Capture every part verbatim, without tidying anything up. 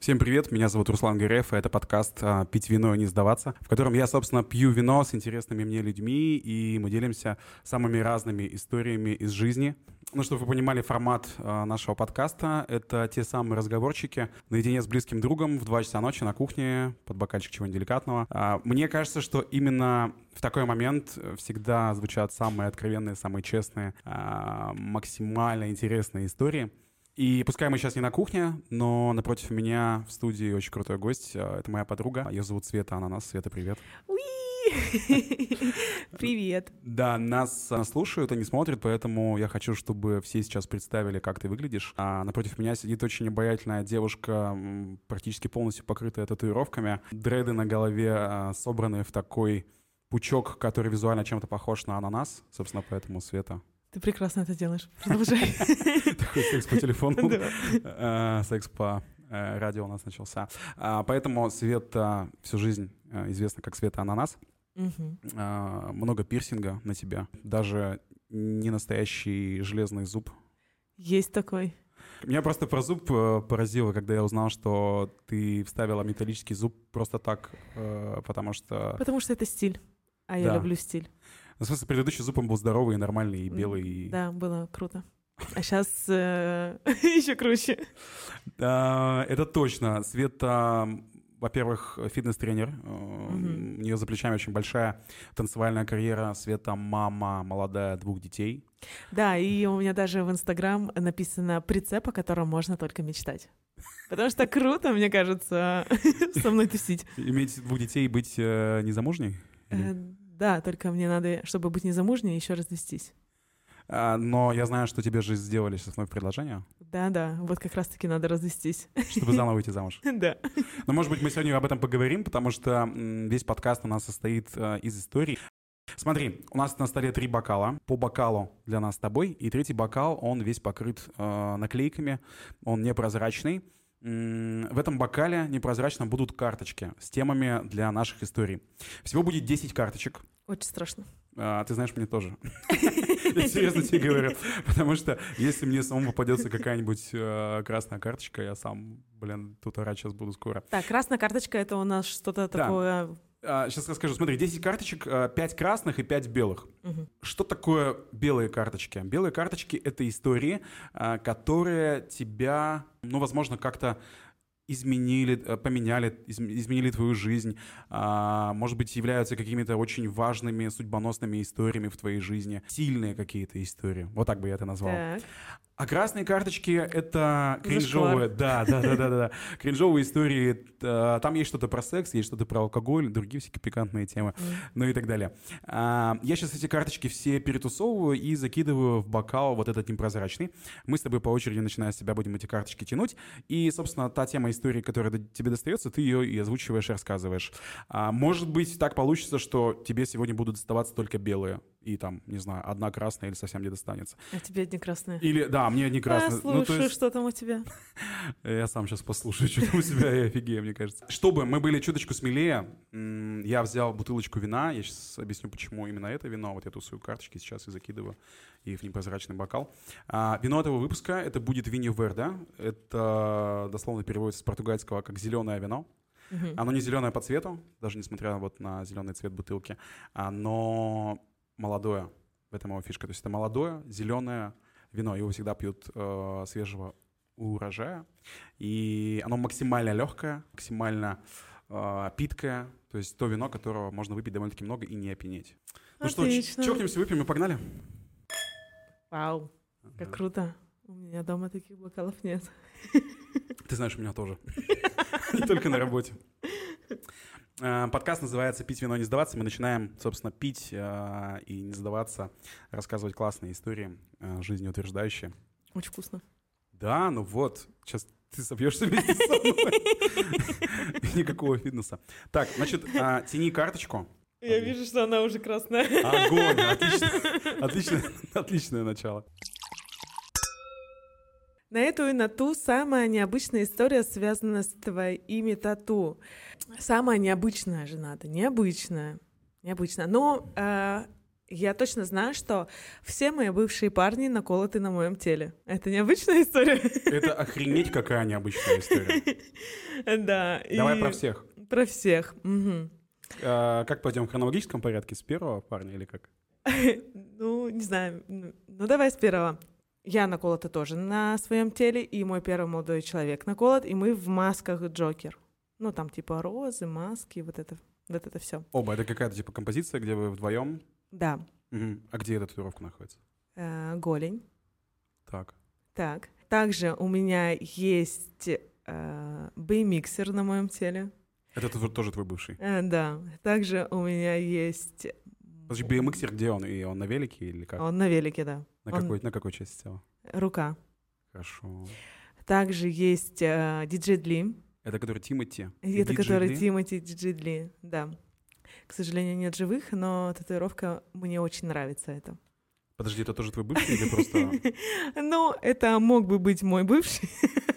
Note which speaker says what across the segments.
Speaker 1: Всем привет, меня зовут Руслан Гареев, и это подкаст «Пить вино и не сдаваться», в котором я, собственно, пью вино с интересными мне людьми, и мы делимся самыми разными историями из жизни. Ну, чтобы вы понимали, формат нашего подкаста — это те самые разговорчики наедине с близким другом в два часа ночи на кухне под бокальчик чего-нибудь деликатного. Мне кажется, что именно в такой момент всегда звучат самые откровенные, самые честные, максимально интересные истории. И пускай мы сейчас не на кухне, но напротив меня в студии очень крутой гость. Это моя подруга. Ее зовут Света Ананас. Света, привет.
Speaker 2: Привет.
Speaker 1: Да, нас слушают и не смотрят, поэтому я хочу, чтобы все сейчас представили, как ты выглядишь. А напротив меня сидит очень обаятельная девушка, практически полностью покрытая татуировками. Дреды на голове собраны в такой пучок, который визуально чем-то похож на ананас. Собственно, поэтому Света...
Speaker 2: Ты прекрасно это делаешь. Продолжай.
Speaker 1: Такой секс по телефону. Секс по радио у нас начался. Поэтому Света всю жизнь известна как Света Ананас. Много пирсинга на тебе. Даже не настоящий железный зуб.
Speaker 2: Есть такой.
Speaker 1: Меня просто про зуб поразило, когда я узнал, что ты вставила металлический зуб просто так, потому что...
Speaker 2: Потому что это стиль. А я люблю стиль.
Speaker 1: Ну, в смысле, предыдущий зуб, он был здоровый, и нормальный, и белый. И...
Speaker 2: Да, было круто. А сейчас э, еще круче.
Speaker 1: Да, это точно. Света, во-первых, фитнес-тренер. Mm-hmm. У нее за плечами очень большая танцевальная карьера. Света мама молодая, двух детей.
Speaker 2: Да, и у меня даже в Инстаграм написано прицеп, о котором можно только мечтать. Потому что круто, мне кажется, со мной тусить.
Speaker 1: Иметь двух детей и быть э, незамужней?
Speaker 2: Да, только мне надо, чтобы быть незамужней, еще развестись.
Speaker 1: А, но я знаю, что тебе же сделали сейчас вновь предложение.
Speaker 2: Да-да, вот как раз-таки надо развестись.
Speaker 1: Чтобы заново выйти замуж.
Speaker 2: Да.
Speaker 1: Но, может быть, мы сегодня об этом поговорим, потому что весь подкаст у нас состоит из историй. Смотри, у нас на столе три бокала. По бокалу для нас с тобой. И третий бокал, он весь покрыт э, наклейками. Он непрозрачный. В этом бокале непрозрачно будут карточки с темами для наших историй. Всего будет десять карточек.
Speaker 2: Очень страшно.
Speaker 1: А, ты знаешь, мне тоже. Я серьезно тебе говорю. Потому что если мне самому попадется какая-нибудь э, красная карточка, я сам, блин, тут орать сейчас буду скоро.
Speaker 2: Так, красная карточка — это у нас что-то
Speaker 1: да.
Speaker 2: такое...
Speaker 1: А, сейчас расскажу. Смотри, десять карточек, пять красных и пять белых. Угу. Что такое белые карточки? Белые карточки — это истории, которые тебя, ну, возможно, как-то изменили, поменяли, изменили твою жизнь, может быть, являются какими-то очень важными, судьбоносными историями в твоей жизни. Сильные какие-то истории. Вот так бы я это назвал.
Speaker 2: Так.
Speaker 1: А красные карточки — это кринжовые, да, да, да, да, да, кринжовые истории. Там есть что-то про секс, есть что-то про алкоголь, другие всякие пикантные темы, mm. ну и так далее. Я сейчас эти карточки все перетусовываю и закидываю в бокал вот этот непрозрачный. Мы с тобой по очереди, начиная с себя, будем эти карточки тянуть. И, собственно, та тема истории, которая тебе достается, ты ее и озвучиваешь, и рассказываешь. Может быть, так получится, что тебе сегодня будут доставаться только белые. И там, не знаю, одна красная или совсем не достанется.
Speaker 2: А тебе одни красные?
Speaker 1: Или, да, мне одни красные.
Speaker 2: Я слушаю, ну, есть... что там у тебя.
Speaker 1: Я сам сейчас послушаю, что там у тебя, я офигею, мне кажется. Чтобы мы были чуточку смелее, я взял бутылочку вина. Я сейчас объясню, почему именно это вино. Вот я тут свою карточки сейчас и закидываю их в непрозрачный бокал. А, вино этого выпуска — это будет Виньо Верде. Это дословно переводится с португальского как «зеленое вино». Uh-huh. Оно не зеленое по цвету, даже несмотря вот на зеленый цвет бутылки. Оно... молодое, в этом его фишка. То есть это молодое, зеленое вино. Его всегда пьют э, свежего урожая. И оно максимально легкое, максимально э, питкое. То есть то вино, которого можно выпить довольно-таки много и не опьянеть.
Speaker 2: Отлично.
Speaker 1: Ну что, чокнемся, выпьем и погнали.
Speaker 2: Вау, как круто. У меня дома таких бокалов нет.
Speaker 1: Ты знаешь, у меня тоже. Не только на работе. Подкаст называется «Пить вино, не сдаваться». Мы начинаем, собственно, пить э, и не сдаваться, рассказывать классные истории, э, жизнеутверждающие.
Speaker 2: Очень вкусно.
Speaker 1: Да, ну вот, сейчас ты собьешься вместе со мной. Никакого фитнеса. Так, значит, э, тяни карточку.
Speaker 2: Я вижу, что она уже красная.
Speaker 1: Огонь, отлично, отличное, отличное начало.
Speaker 2: На эту и на ту самая необычная история связана с твоими тату. Самая необычная же надо, необычная, необычная. Но э, Я точно знаю, что все мои бывшие парни наколоты на моем теле. Это необычная история?
Speaker 1: Это охренеть какая необычная история.
Speaker 2: Да.
Speaker 1: Давай про всех.
Speaker 2: Про всех.
Speaker 1: Как пойдем, в хронологическом порядке? С первого парня или как?
Speaker 2: Ну, не знаю. Ну, давай с первого. Я наколота тоже на своем теле, и мой первый молодой человек наколот, и мы в масках Джокер. Ну, там типа розы, маски, вот это, вот это все.
Speaker 1: Оба, это какая-то типа композиция, где вы вдвоем?
Speaker 2: Да.
Speaker 1: Угу. А где эта татуировка находится?
Speaker 2: Э, голень.
Speaker 1: Так.
Speaker 2: Так. Также у меня есть э, бэй-миксер на моем теле.
Speaker 1: Это тоже твой бывший?
Speaker 2: Э, да. Также у меня есть...
Speaker 1: Подожди, бэй-миксер где он? И он на велике или как?
Speaker 2: Он на велике, да.
Speaker 1: На,
Speaker 2: он...
Speaker 1: какой, на какой части тела?
Speaker 2: Рука.
Speaker 1: Хорошо.
Speaker 2: Также есть э, диджей Дли.
Speaker 1: Это который Тимати?
Speaker 2: Это
Speaker 1: Ди Джей
Speaker 2: который
Speaker 1: Дли?
Speaker 2: Тимати диджей Дли, да. К сожалению, нет живых, но татуировка, мне очень нравится это.
Speaker 1: Подожди, это тоже твой бывший или просто...
Speaker 2: Ну, это мог бы быть мой бывший.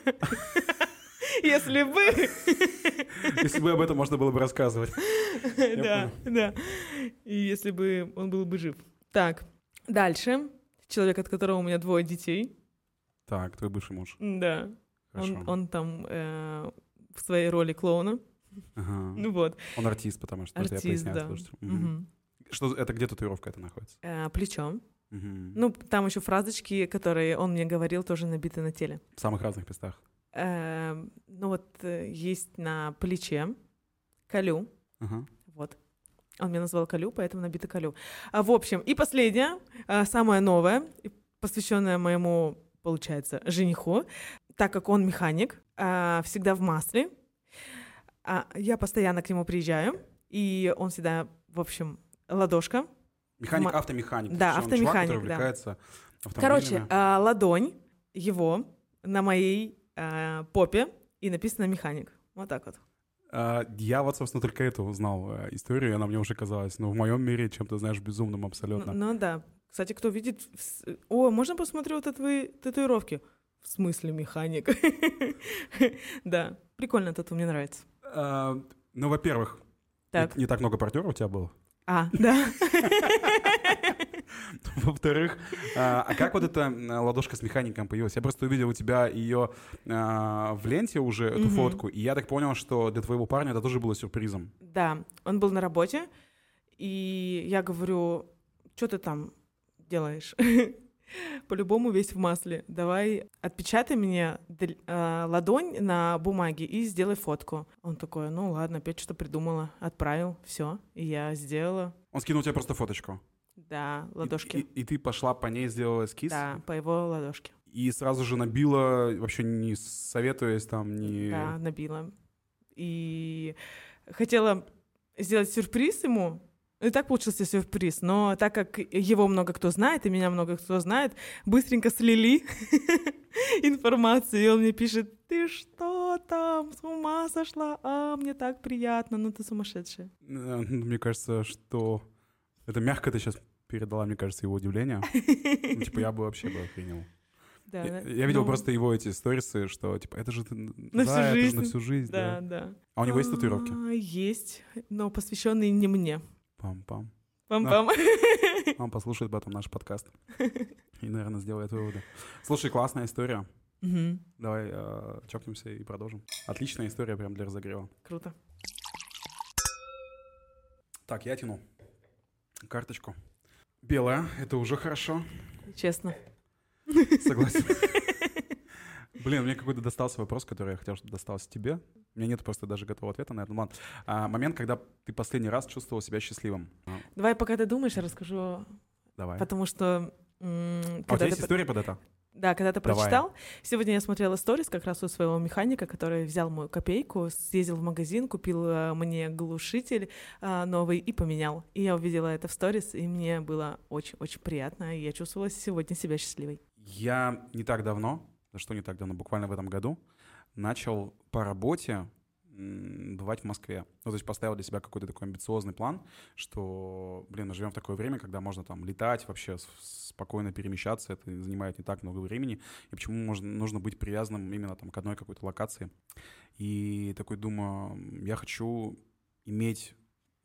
Speaker 2: Если бы...
Speaker 1: Если бы об этом можно было бы рассказывать.
Speaker 2: Да, да. И если бы он был бы жив. Так, дальше. Человек, от которого у меня двое детей.
Speaker 1: Так, твой бывший муж.
Speaker 2: Да. Он, он там э, в своей роли клоуна.
Speaker 1: Ага.
Speaker 2: Ну вот.
Speaker 1: Он артист, потому что
Speaker 2: артист,
Speaker 1: это я поясняю
Speaker 2: да.
Speaker 1: слушателям. Угу. Что, это где татуировка это находится?
Speaker 2: Э, плечом.
Speaker 1: Угу.
Speaker 2: Ну, там еще фразочки, которые он мне говорил, тоже набиты на теле.
Speaker 1: В самых разных местах?
Speaker 2: Э, ну вот э, есть на плече Калю.
Speaker 1: Ага.
Speaker 2: Вот. Он меня назвал Калю, поэтому набито Калю. А, в общем, и последнее, а, самое новое, посвященное моему, получается, жениху, так как он механик, а, всегда в масле. А, я постоянно к нему приезжаю, и он всегда, в общем, ладошка.
Speaker 1: Механик,
Speaker 2: Ма...
Speaker 1: автомеханик.
Speaker 2: Да, автомеханик,
Speaker 1: чувак, который
Speaker 2: да.
Speaker 1: увлекается автомобилями.
Speaker 2: Короче, а, ладонь его на моей а, попе, и написано «механик». Вот так вот.
Speaker 1: Uh, я вот, собственно, только эту узнал uh, историю, и она мне уже казалась, ну, в моем мире чем-то, знаешь, безумным абсолютно.
Speaker 2: Ну, ну да. Кстати, кто видит... О, можно посмотреть вот твои татуировки? В смысле механик? Да, прикольно тату, мне нравится.
Speaker 1: Ну, во-первых, не так много партнеров у тебя было.
Speaker 2: А, да.
Speaker 1: Во-вторых, а, а как вот эта ладошка с механиком появилась? Я просто увидел у тебя ее а, в ленте уже, эту mm-hmm. фотку, и я так понял, что для твоего парня это тоже было сюрпризом.
Speaker 2: Да, он был на работе, и я говорю, что ты там делаешь? По-любому весь в масле. Давай отпечатай мне э, ладонь на бумаге и сделай фотку. Он такой, ну ладно, опять что придумала. Отправил, все, и я сделала.
Speaker 1: Он скинул тебе просто фоточку?
Speaker 2: Да, ладошки.
Speaker 1: И, и, и ты пошла по ней, сделала эскиз?
Speaker 2: Да, по его ладошке.
Speaker 1: И сразу же набила, вообще не советуясь там, не...
Speaker 2: Да, набила. И хотела сделать сюрприз ему. И так получился сюрприз, но так как его много кто знает, и меня много кто знает, быстренько слили информацию, и он мне пишет, ты что там, с ума сошла? А, мне так приятно, ну ты сумасшедшая.
Speaker 1: Мне кажется, что это мягко ты сейчас передала, мне кажется, его удивление. Ну, типа, я бы вообще бы охренел.
Speaker 2: Да,
Speaker 1: я,
Speaker 2: да.
Speaker 1: я видел
Speaker 2: ну,
Speaker 1: просто его эти сторисы, что, типа, это же...
Speaker 2: На
Speaker 1: да,
Speaker 2: всю
Speaker 1: это
Speaker 2: жизнь.
Speaker 1: же на всю жизнь,
Speaker 2: да.
Speaker 1: да.
Speaker 2: да.
Speaker 1: А у него есть татуировки?
Speaker 2: А, есть, но посвященные не мне.
Speaker 1: Пам-пам.
Speaker 2: Пам-пам.
Speaker 1: Да. Он послушает потом наш подкаст. И, наверное, сделает выводы. Слушай, классная история.
Speaker 2: Угу.
Speaker 1: Давай э, чокнемся и продолжим. Отличная история прям для разогрева.
Speaker 2: Круто.
Speaker 1: Так, я тяну карточку. Белая, это уже хорошо.
Speaker 2: Честно.
Speaker 1: Согласен. Блин, мне какой-то достался вопрос, который я хотел, чтобы достался тебе. У меня нет просто даже готового ответа на это. Ладно. А, момент, когда ты последний раз чувствовал себя счастливым.
Speaker 2: Давай, пока ты думаешь, я расскажу.
Speaker 1: Давай.
Speaker 2: Потому что... М-
Speaker 1: а у тебя есть
Speaker 2: ты...
Speaker 1: история под это?
Speaker 2: Да, когда ты
Speaker 1: Давай.
Speaker 2: прочитал. Сегодня я смотрела сторис как раз у своего механика, который взял мою копейку, съездил в магазин, купил э, мне глушитель э, новый и поменял. И я увидела это в сторис, и мне было очень-очень приятно, и я чувствовала сегодня себя счастливой.
Speaker 1: Я не так давно, да что не так давно, буквально в этом году, начал по работе м, бывать в Москве. Ну, то есть поставил для себя какой-то такой амбициозный план, что, блин, мы живем в такое время, когда можно там летать, вообще спокойно перемещаться, это занимает не так много времени, и почему можно, нужно быть привязанным именно там к одной какой-то локации. И такой думаю, я хочу иметь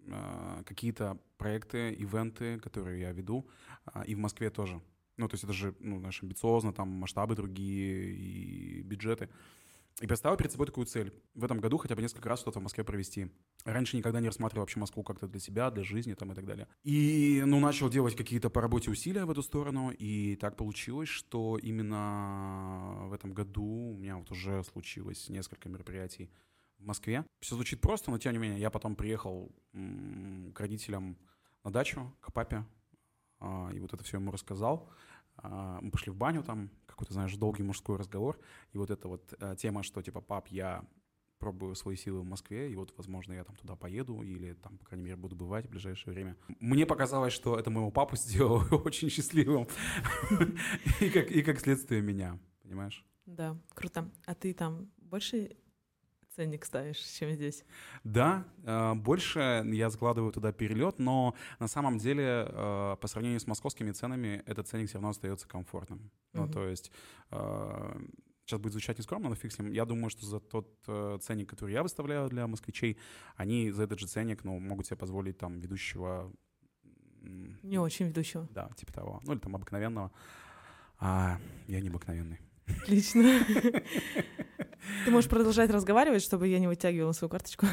Speaker 1: э, какие-то проекты, ивенты, которые я веду, э, и в Москве тоже. Ну, то есть это же, ну, знаешь, амбициозно, там масштабы другие и бюджеты. И поставил перед собой такую цель. В этом году хотя бы несколько раз что-то в Москве провести. Раньше никогда не рассматривал вообще Москву как-то для себя, для жизни там и так далее. И, ну, начал делать какие-то по работе усилия в эту сторону. И так получилось, что именно в этом году у меня вот уже случилось несколько мероприятий в Москве. Все звучит просто, но тем не менее, я потом приехал м- к родителям на дачу, к папе. А, и вот это все ему рассказал. А, мы пошли в баню, там какой-то, знаешь, долгий мужской разговор. И вот эта вот а, тема, что типа, пап, я пробую свои силы в Москве, и вот, возможно, я там туда поеду или там, по крайней мере, буду бывать в ближайшее время. Мне показалось, что это моего папу сделало очень счастливым. И как, и как следствие меня, понимаешь?
Speaker 2: Да, круто. А ты там больше ценник ставишь, чем здесь?
Speaker 1: Да, э, больше я складываю туда перелет, но на самом деле э, по сравнению с московскими ценами этот ценник все равно остается комфортным. Ну,
Speaker 2: Мгм.
Speaker 1: то есть э, сейчас будет звучать нескромно, но фиг с ним. Я думаю, что за тот э, ценник, который я выставляю для москвичей, они за этот же ценник, ну, могут себе позволить там ведущего... м,
Speaker 2: Не очень ведущего.
Speaker 1: Да, типа того. Ну, или там обыкновенного. А я не обыкновенный.
Speaker 2: Отлично. Ты можешь продолжать разговаривать, чтобы я не вытягивала свою карточку.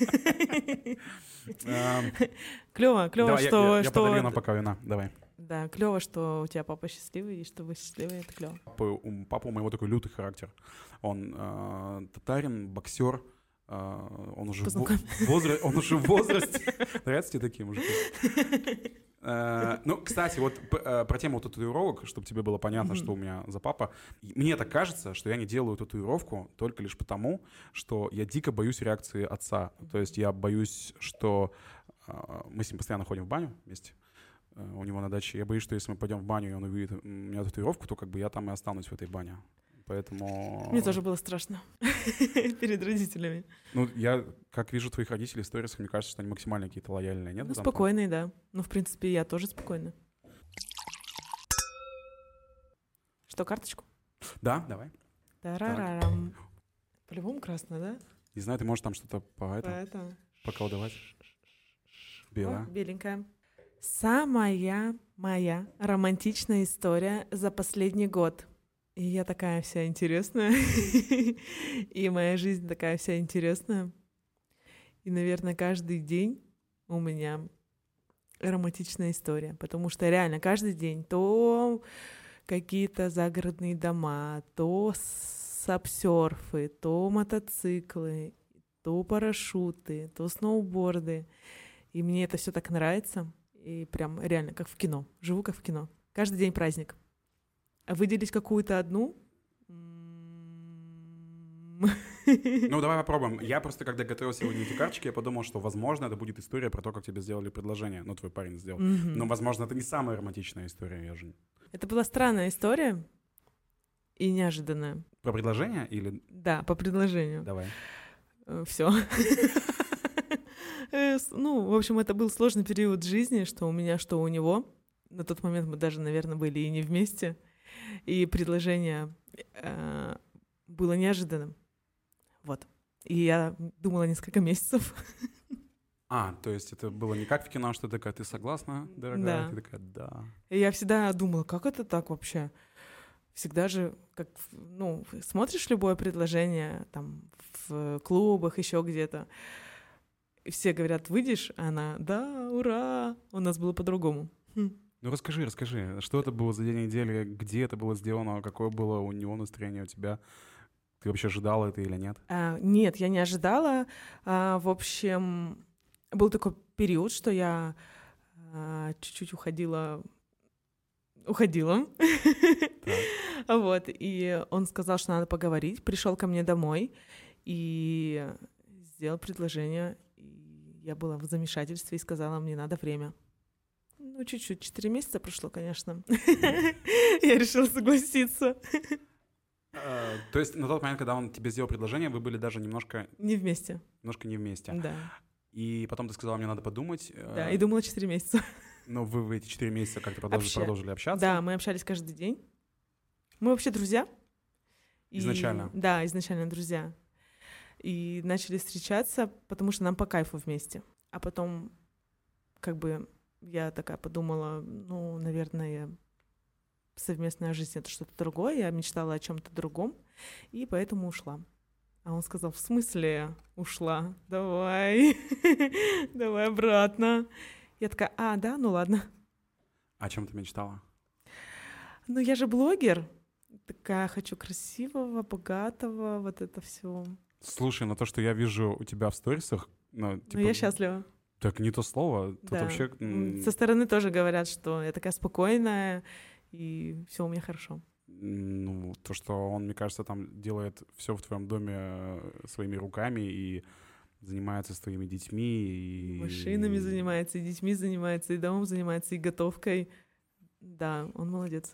Speaker 1: Эм,
Speaker 2: Клево, клево,
Speaker 1: Давай, я-
Speaker 2: что...
Speaker 1: я я подарю
Speaker 2: что...
Speaker 1: нам пока вина. Давай.
Speaker 2: Да, клево, что у тебя папа счастливый, и что вы счастливы, это клево.
Speaker 1: Папа, у папа у моего такой лютый характер. Он э, татарин, боксер. э, он, уже в, во-
Speaker 2: Познакомь.
Speaker 1: возра- он уже в возрасте. Нравятся тебе такие мужики? Э, Ну, кстати, вот п- э, про тему татуировок, чтобы тебе было понятно,
Speaker 2: Мгм.
Speaker 1: что у меня за папа. И Мне так кажется, что я не делаю татуировку только лишь потому, что я дико боюсь реакции отца. То есть я боюсь, что э, мы с ним постоянно ходим в баню вместе. э, У него на даче. Я боюсь, что если мы пойдем в баню, и он увидит у меня татуировку, то как бы я там и останусь в этой бане. Поэтому...
Speaker 2: Мне тоже было страшно перед родителями.
Speaker 1: Ну, я, как вижу твоих родителей в сторисах, мне кажется, что они максимально какие-то лояльные, нет? в
Speaker 2: Ну,
Speaker 1: этом
Speaker 2: спокойный, да. Ну, в принципе, я тоже спокойна. Что, карточку?
Speaker 1: плане? Да, давай.
Speaker 2: Тарарарам. По-любому красная, да?
Speaker 1: Не знаю, ты можешь там что-то по этому
Speaker 2: Поэтому.
Speaker 1: поколдовать?
Speaker 2: О,
Speaker 1: Белая.
Speaker 2: беленькая. Самая моя романтичная история за последний год. И я такая вся интересная. И моя жизнь такая вся интересная. И, наверное, каждый день у меня романтичная история. Потому что реально каждый день то какие-то загородные дома, то сапсерфы, то мотоциклы, то парашюты, то сноуборды. И мне это все так нравится. И прям реально как в кино. Живу как в кино. Каждый день праздник. А выделить какую-то одну? М,
Speaker 1: Ну, давай попробуем. Я просто, когда готовил сегодня эти карточки, я подумал, что, возможно, это будет история про то, как тебе сделали предложение. Ну, твой парень сделал.
Speaker 2: мгм.
Speaker 1: Но, возможно, это не самая романтичная история, я же...
Speaker 2: Это была странная история и неожиданная.
Speaker 1: Про предложение или...
Speaker 2: Да, по предложению.
Speaker 1: Давай.
Speaker 2: Все. Ну, в общем, это был сложный период жизни, что у меня, что у него. На тот момент мы даже, наверное, были и не вместе. И предложение э, было неожиданным. Вот. И я думала несколько месяцев.
Speaker 1: А, то есть это было не как в кино, что ты такая, ты согласна, дорогая?
Speaker 2: Да.
Speaker 1: Ты такая, да.
Speaker 2: И я всегда думала, как это так вообще? Всегда же, как, ну, смотришь любое предложение там в клубах, еще где-то, и все говорят, выйдешь, а она, да, ура, у нас было по-другому. Хм.
Speaker 1: Ну расскажи, расскажи, что это было за день недели, где это было сделано, какое было у него настроение, у тебя? Ты вообще ожидала это или нет?
Speaker 2: А, нет, я не ожидала. А, в общем, был такой период, что я а, чуть-чуть уходила, уходила. Вот, и он сказал, что надо поговорить, пришел ко мне домой и сделал предложение. И я была в замешательстве и сказала, мне надо время. Ну, чуть-чуть, четыре месяца прошло, конечно. Я решила согласиться.
Speaker 1: Э, То есть на тот момент, когда он тебе сделал предложение, вы были даже немножко,
Speaker 2: Не вместе,
Speaker 1: немножко не вместе.
Speaker 2: да.
Speaker 1: И потом ты сказала, мне надо подумать. э,
Speaker 2: Да, и думала четыре месяца.
Speaker 1: Но вы в эти четыре месяца как-то продолжили,
Speaker 2: Вообще.
Speaker 1: продолжили общаться?
Speaker 2: Да, мы общались каждый день. Мы вообще друзья. И-
Speaker 1: Изначально?
Speaker 2: Да, изначально друзья. И начали встречаться, потому что нам по кайфу вместе. А потом, как бы, я такая подумала, ну, наверное, совместная жизнь — это что-то другое. Я мечтала о чем-то другом, и поэтому ушла. А он сказал: в смысле ушла? Давай, давай обратно. Я такая: а, да, ну ладно.
Speaker 1: О чем ты мечтала?
Speaker 2: Ну, я же блогер. Такая хочу красивого, богатого, вот это все.
Speaker 1: Слушай, на то, что я вижу у тебя в сторисах, ну, типа,
Speaker 2: Ну, я счастлива.
Speaker 1: так не то слово. Тут
Speaker 2: Да.
Speaker 1: вообще... м,
Speaker 2: Со стороны тоже говорят, что я такая спокойная, и все у меня хорошо.
Speaker 1: Ну, то, что он, мне кажется, там делает все в твоем доме э, своими руками и занимается с твоими детьми. И...
Speaker 2: Машинами занимается, и детьми занимается, и домом занимается, и готовкой. Да, он молодец.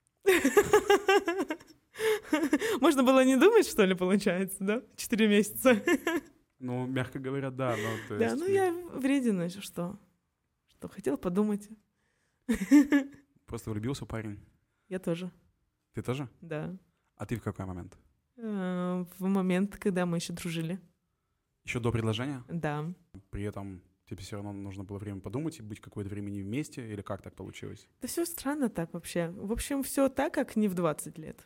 Speaker 2: Можно было не думать, что ли, получается, да? Четыре месяца.
Speaker 1: Ну, мягко говоря, да. Но, то
Speaker 2: Да,
Speaker 1: есть,
Speaker 2: ну я вредина, что? Что, хотел подумать.
Speaker 1: Просто влюбился парень.
Speaker 2: Я тоже,
Speaker 1: Ты тоже?
Speaker 2: да.
Speaker 1: А ты в какой момент?
Speaker 2: Э, В момент, когда мы еще дружили.
Speaker 1: Еще до предложения?
Speaker 2: Да.
Speaker 1: При этом тебе все равно нужно было время подумать и быть какое-то время не вместе? Или как так получилось?
Speaker 2: Да все странно так вообще. В общем, все так, как не в двадцать лет.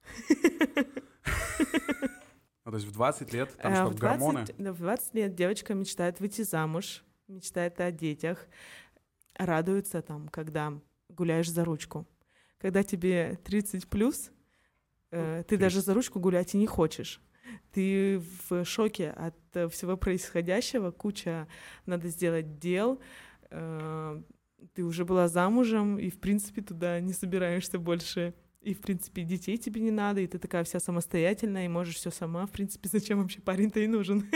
Speaker 1: Ну, то есть в двадцать лет там
Speaker 2: Э,
Speaker 1: что,
Speaker 2: в
Speaker 1: гормоны?
Speaker 2: двадцать да, в двадцать лет девочка мечтает выйти замуж, мечтает о детях, радуется там, когда гуляешь за ручку. Когда тебе тридцать плюс, э, ты даже за ручку гулять и не хочешь. Ты в шоке от э, всего происходящего, куча надо сделать дел. э, Ты уже была замужем, и, в принципе, туда не собираешься больше. И, в принципе, детей тебе не надо, и ты такая вся самостоятельная, и можешь все сама. В принципе, зачем вообще парень-то и нужен?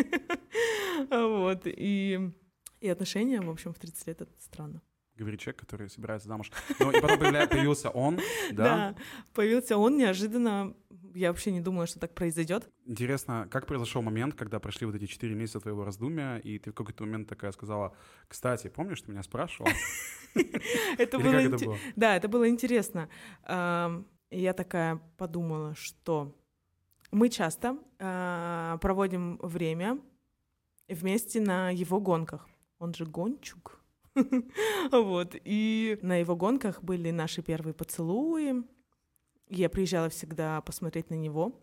Speaker 2: Вот. И и отношения, в общем, в тридцать лет — это странно.
Speaker 1: Говорит человек, который собирается замуж. Ну, и потом появля- появился он, да?
Speaker 2: Да, появился он неожиданно. Я вообще не думала, что так произойдет.
Speaker 1: Интересно, как произошел момент, когда прошли вот эти четыре месяца твоего раздумья, и ты в какой-то момент такая сказала: кстати, помнишь, ты меня спрашивал?
Speaker 2: Это
Speaker 1: Или
Speaker 2: было
Speaker 1: как
Speaker 2: инте-
Speaker 1: это было?
Speaker 2: Да, это было интересно. Ам, и Я такая подумала, что мы часто а, проводим время вместе на его гонках. Он же гончук. Вот. И на его гонках были наши первые поцелуи. Я приезжала всегда посмотреть на него.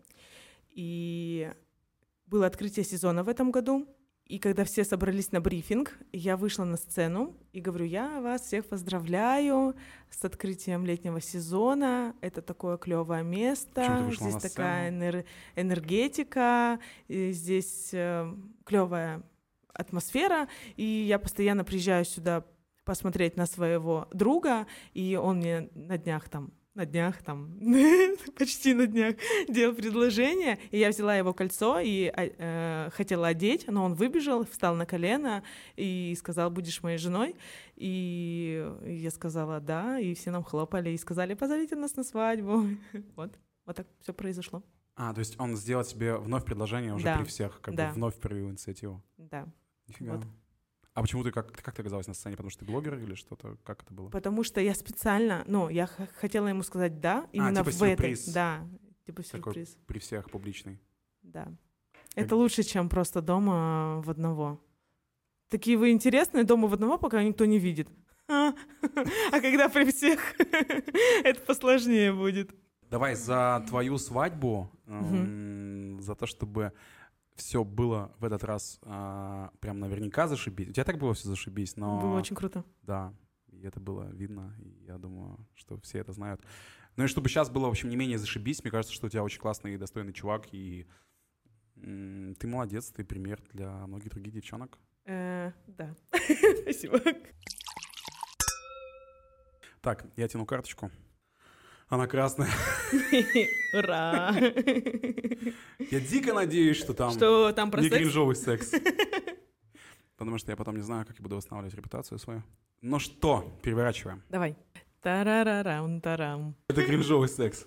Speaker 2: И было открытие сезона в этом году. И когда все собрались на брифинг, я вышла на сцену и говорю: я вас всех поздравляю с открытием летнего сезона. Это такое клевое
Speaker 1: Почему ты
Speaker 2: место.
Speaker 1: вышла
Speaker 2: Здесь
Speaker 1: на
Speaker 2: такая
Speaker 1: сцену?
Speaker 2: энер- энергетика, и здесь э, клевая атмосфера. И я постоянно приезжаю сюда посмотреть на своего друга, и он мне на днях там на днях, там, почти на днях, делал предложение, и я взяла его кольцо и э, хотела одеть, но он выбежал, встал на колено и сказал: будешь моей женой. И я сказала да, и все нам хлопали и сказали: позовите нас на свадьбу. Вот, вот так все произошло.
Speaker 1: А, то есть он сделал тебе вновь предложение уже
Speaker 2: Да,
Speaker 1: при всех, как
Speaker 2: да.
Speaker 1: бы вновь проявил инициативу.
Speaker 2: Да.
Speaker 1: Нифига.
Speaker 2: Вот.
Speaker 1: А почему ты как, как ты оказалась на сцене? Потому что ты блогер или что-то? Как это было?
Speaker 2: Потому что я специально, ну, я х- хотела ему сказать да, именно
Speaker 1: типа
Speaker 2: в этой.
Speaker 1: сюрприз.
Speaker 2: Да, типа
Speaker 1: Такой
Speaker 2: сюрприз.
Speaker 1: при всех публичный.
Speaker 2: Да. Это лучше, чем просто дома в одного. Такие вы интересные дома в одного, пока никто не видит. А когда при всех, это посложнее будет.
Speaker 1: Давай за твою свадьбу, эм, за то, чтобы все было в этот раз а, прям наверняка зашибись. У тебя так было все зашибись, но...
Speaker 2: Было очень круто.
Speaker 1: Да, и это было видно, и я думаю, что все это знают. Ну и чтобы сейчас было, в общем, не менее зашибись, мне кажется, что у тебя очень классный и достойный чувак, и м, ты молодец, ты пример для многих других девчонок.
Speaker 2: Э, Да, спасибо.
Speaker 1: Так, я тяну карточку. Она красная.
Speaker 2: Ура!
Speaker 1: Я дико надеюсь, что там
Speaker 2: Что там про
Speaker 1: не
Speaker 2: секс?
Speaker 1: кринжовый секс. Потому что я потом не знаю, как я буду восстанавливать репутацию свою. Ну что, переворачиваем.
Speaker 2: Давай. Тарарарам, тарам.
Speaker 1: Это кринжовый секс.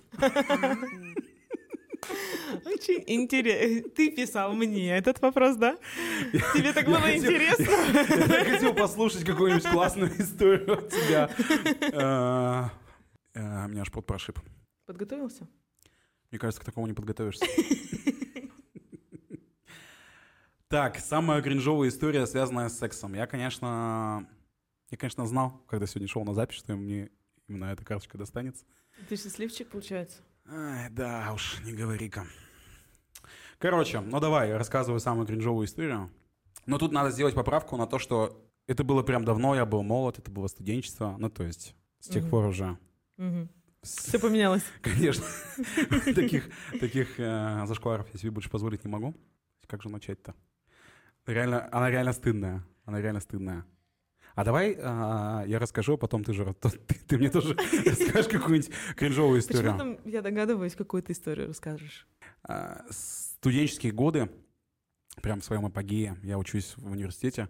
Speaker 2: Очень интересно. Ты писал мне этот вопрос, да? Тебе так
Speaker 1: Я
Speaker 2: было
Speaker 1: хотел-
Speaker 2: интересно?
Speaker 1: Я хотел послушать какую-нибудь классную историю от тебя. Э, э, Меня аж пот прошиб.
Speaker 2: Подготовился?
Speaker 1: Мне кажется, к такому не подготовишься. Так, самая кринжовая история, связанная с сексом. Я, конечно, я, конечно, знал, когда сегодня шел на запись, что мне именно эта карточка достанется.
Speaker 2: Ты счастливчик, получается?
Speaker 1: Ай, да уж, не говори-ка. Короче, ну давай, я рассказываю самую кринжовую историю. Но тут надо сделать поправку на то, что это было прям давно, я был молод, это было студенчество. Ну, то есть, с тех
Speaker 2: Мгм.
Speaker 1: пор уже...
Speaker 2: Мгм. Все поменялось.
Speaker 1: Конечно, таких, таких э, зашкваров я себе больше позволить не могу. Как же начать-то? Реально, она реально стыдная. Она реально стыдная. А давай э, я расскажу, а потом ты же ты, ты мне тоже расскажешь какую-нибудь кринжовую историю.
Speaker 2: Почему там, я догадываюсь, какую ты историю расскажешь?
Speaker 1: Э, студенческие годы, прям в своем апогее, я учусь в университете.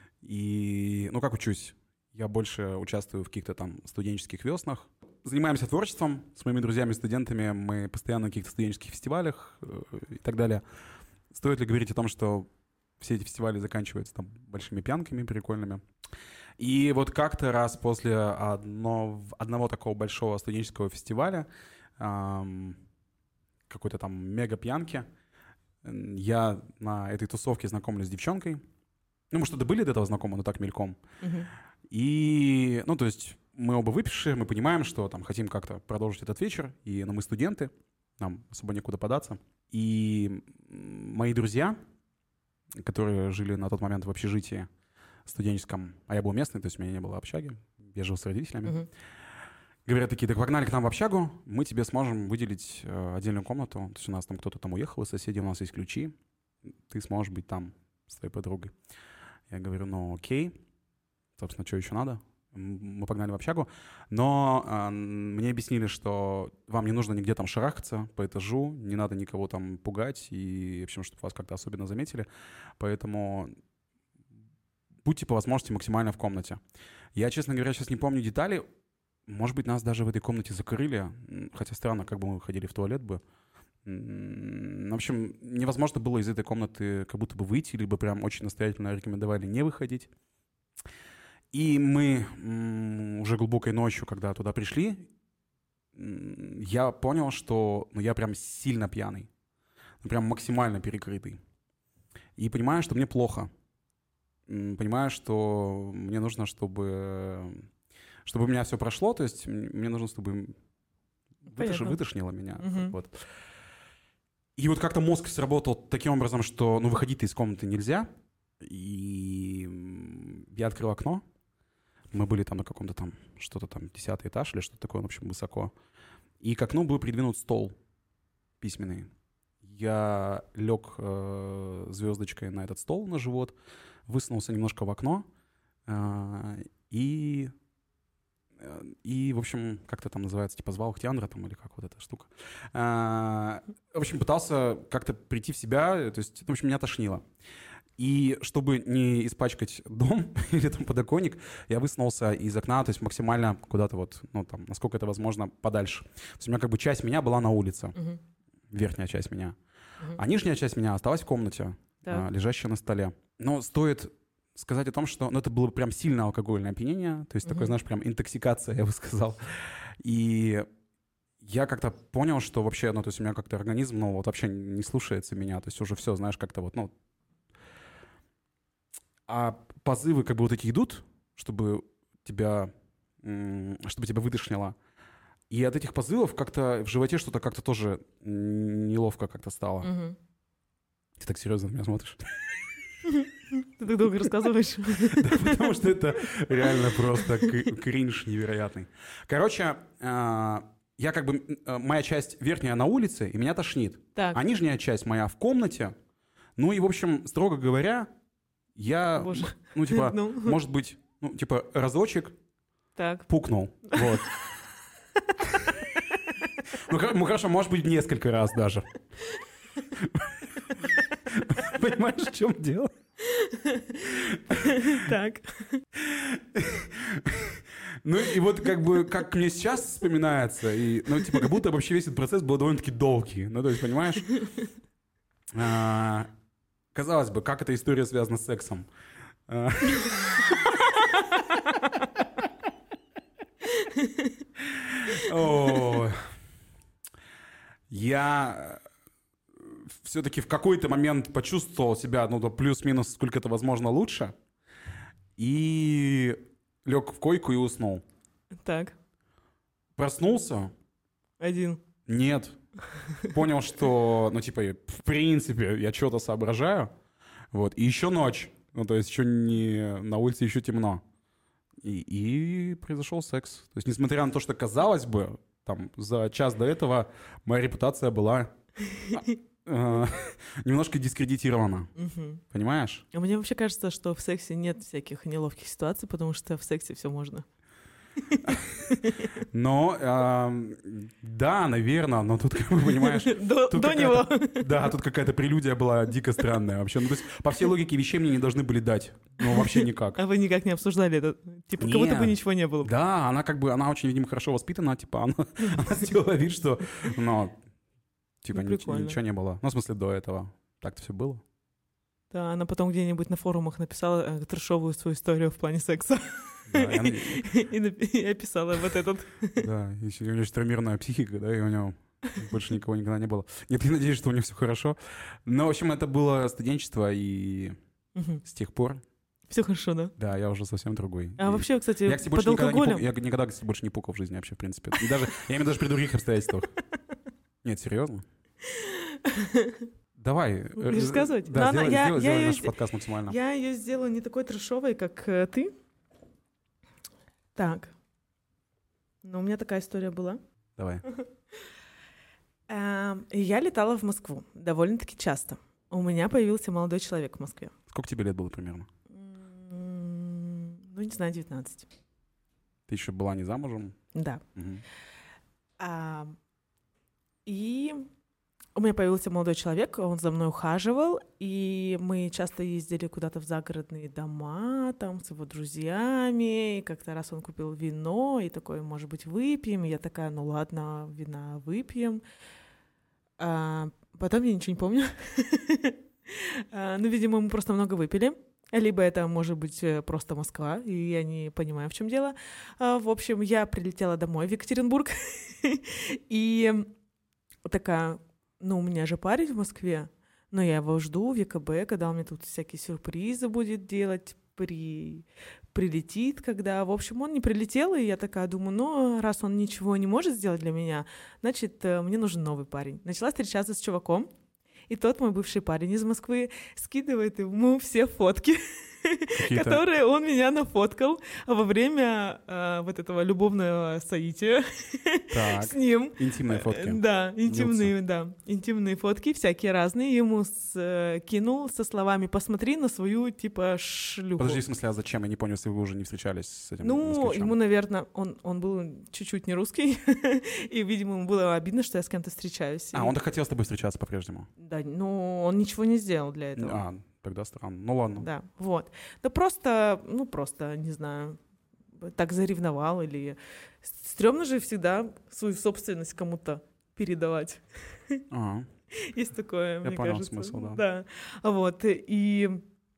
Speaker 1: И, ну как учусь? Я больше участвую в каких-то там студенческих веснах. Занимаемся творчеством с моими друзьями-студентами. Мы постоянно на каких-то студенческих фестивалях э, и так далее. Стоит ли говорить о том, что все эти фестивали заканчиваются там большими пьянками прикольными? И вот как-то раз после одно, одного такого большого студенческого фестиваля, эм, какой-то там мега-пьянки, я на этой тусовке знакомлюсь с девчонкой. Ну, мы что-то были до этого знакомы, но так мельком.
Speaker 2: Мгм.
Speaker 1: И, ну, то есть мы оба выпившие, мы понимаем, что там хотим как-то продолжить этот вечер, и, ну, мы студенты, нам особо некуда податься. И мои друзья, которые жили на тот момент в общежитии студенческом, а я был местный, то есть у меня не было общаги, я жил с родителями,
Speaker 2: Мгм.
Speaker 1: говорят такие: так погнали к нам в общагу, мы тебе сможем выделить э, отдельную комнату, то есть у нас там кто-то там уехал из соседей, у нас есть ключи, ты сможешь быть там с твоей подругой. Я говорю: ну окей, собственно, что еще надо? М, Мы погнали в общагу, но а, мне объяснили, что вам не нужно нигде там шарахаться по этажу, не надо никого там пугать, и, в общем, чтобы вас как-то особенно заметили, поэтому будьте по возможности максимально в комнате. Я, честно говоря, сейчас не помню детали, может быть, нас даже в этой комнате закрыли, м, хотя странно, как бы мы ходили в туалет бы. М, В общем, невозможно было из этой комнаты как будто бы выйти, либо прям очень настоятельно рекомендовали не выходить. И мы м, уже глубокой ночью, когда туда пришли, м, я понял, что ну, я прям сильно пьяный, ну, прям максимально перекрытый. И понимаю, что мне плохо. М, Понимаю, что мне нужно, чтобы, чтобы у меня все прошло, то есть м, мне нужно, чтобы вытош-
Speaker 2: Понятно.
Speaker 1: вытошнило меня.
Speaker 2: Мгм.
Speaker 1: Вот. И вот как-то мозг сработал таким образом, что ну, выходить-то из комнаты нельзя. И м, я открыл окно. Мы были там на каком-то там, что-то там, десятый этаж или что-то такое, в общем, высоко. И к окну был придвинут стол письменный. Я лег э, звездочкой на этот стол, на живот, высунулся немножко в окно э, и, э, и, в общем, как это там называется, типа звал Ихтиандра там или как вот эта штука. Э, в общем, пытался как-то прийти в себя, то есть, в общем, меня тошнило. И чтобы не испачкать дом или там подоконник, я высунулся из окна, то есть максимально куда-то вот, ну там, насколько это возможно, подальше. То есть у меня как бы часть меня была на улице,
Speaker 2: Мгм.
Speaker 1: верхняя часть меня.
Speaker 2: Мгм.
Speaker 1: А нижняя часть меня осталась в комнате,
Speaker 2: Так.
Speaker 1: а, лежащая на столе. Но стоит сказать о том, что ну, это было прям сильное алкогольное опьянение, то есть такое,
Speaker 2: Мгм.
Speaker 1: знаешь, прям интоксикация, я бы сказал. И я как-то понял, что вообще, ну, то есть у меня как-то организм, ну, вот вообще не слушается меня, то есть уже все, знаешь, как-то вот, ну... А позывы как бы вот эти идут, чтобы тебя, м, чтобы тебя выдохнило. И от этих позывов как-то в животе что-то как-то тоже неловко как-то стало.
Speaker 2: Мгм.
Speaker 1: Ты так серьезно на меня смотришь?
Speaker 2: Ты так долго рассказываешь.
Speaker 1: Да, потому что это реально просто к- кринж невероятный. Короче, а, я как бы... м, Моя часть верхняя на улице, и меня тошнит.
Speaker 2: Так,
Speaker 1: А нижняя часть моя в комнате. Ну и, в общем, строго говоря, я,
Speaker 2: Боже.
Speaker 1: ну, типа,
Speaker 2: Ну.
Speaker 1: может быть, ну, типа, разочек
Speaker 2: так.
Speaker 1: пукнул. Вот. Ну, хо- ну, хорошо, может быть, несколько раз даже. Понимаешь, в чем дело?
Speaker 2: Так.
Speaker 1: Ну, и вот как бы, как мне сейчас вспоминается, и, ну, типа, как будто вообще весь этот процесс был довольно-таки долгий. Ну, то есть, понимаешь? А, казалось бы, как эта история связана с сексом? А, О, я все-таки в какой-то момент почувствовал себя, ну, плюс-минус, сколько это возможно, лучше. И лег в койку и уснул.
Speaker 2: Так.
Speaker 1: Проснулся?
Speaker 2: Один.
Speaker 1: Нет. Понял, что, ну, типа, в принципе, я что-то соображаю. Вот. И еще ночь. Ну, то есть еще не... На улице еще темно. И, и произошел секс. То есть, несмотря на то, что, казалось бы, там, за час до этого моя репутация была э, немножко дискредитирована. Понимаешь?
Speaker 2: А мне вообще кажется, что в сексе нет всяких неловких ситуаций, потому что в сексе все можно.
Speaker 1: Но, э, да, наверное, но тут, как бы, понимаешь...
Speaker 2: До,
Speaker 1: тут
Speaker 2: до него.
Speaker 1: Да, тут какая-то прелюдия была дико странная вообще. Ну, то есть, по всей логике вещей мне не должны были дать. Ну, вообще никак.
Speaker 2: А вы никак не обсуждали это? Типа, как
Speaker 1: Нет.
Speaker 2: будто бы ничего не было.
Speaker 1: Да, она как бы, она очень, видимо, хорошо воспитана, типа, она, она сделала вид, что, ну, типа,
Speaker 2: Ну,
Speaker 1: ни-
Speaker 2: прикольно.
Speaker 1: ничего не было. Ну, в смысле, до этого. Так-то все было.
Speaker 2: Да, она потом где-нибудь на форумах написала э, трешовую свою историю в плане секса.
Speaker 1: Да, и она-
Speaker 2: И напи- и описала вот этот.
Speaker 1: да, если у него есть травмированная психика, да, и у него больше никого никогда не было. Нет, я надеюсь, что у него все хорошо. Но, в общем, это было студенчество, и с тех пор,
Speaker 2: Все хорошо, да?
Speaker 1: да, я уже совсем другой.
Speaker 2: А
Speaker 1: И
Speaker 2: вообще, кстати,
Speaker 1: я, кстати,
Speaker 2: под
Speaker 1: больше никогда не,
Speaker 2: алкоголем...
Speaker 1: пук- я никогда, кстати, больше не пукал в жизни вообще, в принципе. И даже, я имею в виду даже при других обстоятельствах. Нет, серьезно? Давай. э,
Speaker 2: Рассказывать?
Speaker 1: Да,
Speaker 2: Но она-
Speaker 1: сделай,
Speaker 2: я-
Speaker 1: сделай-
Speaker 2: я
Speaker 1: сделай
Speaker 2: её
Speaker 1: наш
Speaker 2: сде-
Speaker 1: подкаст максимально.
Speaker 2: Я ее сделала не такой трешовой, как э, ты. Так. Ну, у меня такая история была.
Speaker 1: Давай.
Speaker 2: Эм, Я летала в Москву довольно-таки часто. У меня появился молодой человек в Москве.
Speaker 1: Сколько тебе лет было примерно?
Speaker 2: М, Ну, не знаю, девятнадцать.
Speaker 1: Ты еще была не замужем?
Speaker 2: Да.
Speaker 1: Мгм.
Speaker 2: А, И у меня появился молодой человек, он за мной ухаживал, и мы часто ездили куда-то в загородные дома, там, с его друзьями, и как-то раз он купил вино, и такой, может быть, выпьем, и я такая, ну ладно, вина выпьем. А потом я ничего не помню. А, Ну, видимо, мы просто много выпили. Либо это, может быть, э, просто Москва, и я не понимаю, в чем дело. А, В общем, я прилетела домой в Екатеринбург, и такая, ну, у меня же парень в Москве, но я его жду в ЕКБ, когда он мне тут всякие сюрпризы будет делать, при... прилетит, когда... В общем, он не прилетел, и я такая думаю, ну, раз он ничего не может сделать для меня, значит, э, мне нужен новый парень. Начала встречаться с чуваком, и тот мой бывший парень из Москвы скидывает ему все фотки,
Speaker 1: Какие-то-
Speaker 2: которые он меня нафоткал во время э, вот этого любовного соития
Speaker 1: Так,
Speaker 2: с ним.
Speaker 1: интимные фотки.
Speaker 2: Э, Да, интимные, да, интимные фотки, всякие разные. Ему с- кинул со словами «посмотри на свою, типа, шлюху».
Speaker 1: Подожди, в смысле, а зачем? Я не понял, если вы уже не встречались с этим
Speaker 2: Ну,
Speaker 1: москвичом.
Speaker 2: ему, наверное, он, он был чуть-чуть не русский, и, видимо, ему было обидно, что я с кем-то встречаюсь.
Speaker 1: А,
Speaker 2: И-
Speaker 1: он-то хотел с тобой встречаться по-прежнему?
Speaker 2: Да, ну, он ничего не сделал для этого.
Speaker 1: А, тогда странно. Ну ладно.
Speaker 2: Да, вот. Да просто, ну просто, не знаю, так заревновал или... Стремно же всегда свою собственность кому-то передавать.
Speaker 1: Ага.
Speaker 2: Есть такое, мне
Speaker 1: понял
Speaker 2: кажется.
Speaker 1: смысл, да.
Speaker 2: Да. Вот, и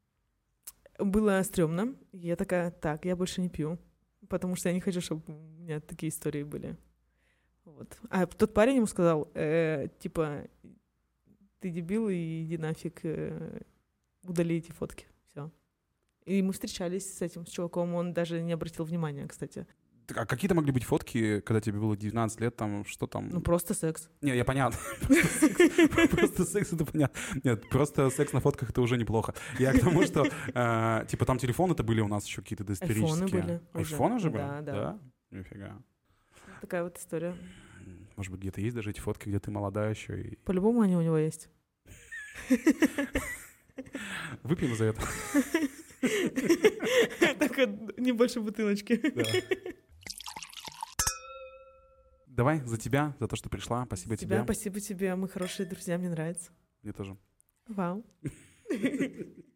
Speaker 2: было стрёмно. И я такая, так, я больше не пью, потому что я не хочу, чтобы у меня такие истории были. Вот. А тот парень ему сказал, э, типа, ты дебил, и иди нафиг, э, удали эти фотки. Все. И мы встречались с этим, с чуваком, он даже не обратил внимания, кстати.
Speaker 1: Так, а какие-то могли быть фотки, когда тебе было девятнадцать лет, там, что там?
Speaker 2: Ну, просто секс.
Speaker 1: Не, я понятно. Просто секс- Просто секс, это понятно. Нет, просто секс на фотках — это уже неплохо. Я к тому, что, э, типа, там телефоны-то были у нас еще какие-то доисторические.
Speaker 2: Айфоны были уже.
Speaker 1: Айфоны же были?
Speaker 2: Да, да.
Speaker 1: Нифига.
Speaker 2: Такая вот история.
Speaker 1: Может быть, где-то есть даже эти фотки, где ты молодая еще и...
Speaker 2: По-любому они у него есть.
Speaker 1: Выпьем за это.
Speaker 2: Так вот, не больше бутылочки.
Speaker 1: Да. Давай за тебя, за то, что пришла. Спасибо
Speaker 2: Тебя,
Speaker 1: тебе.
Speaker 2: спасибо тебе, мы хорошие друзья, мне нравится.
Speaker 1: Мне тоже.
Speaker 2: Вау.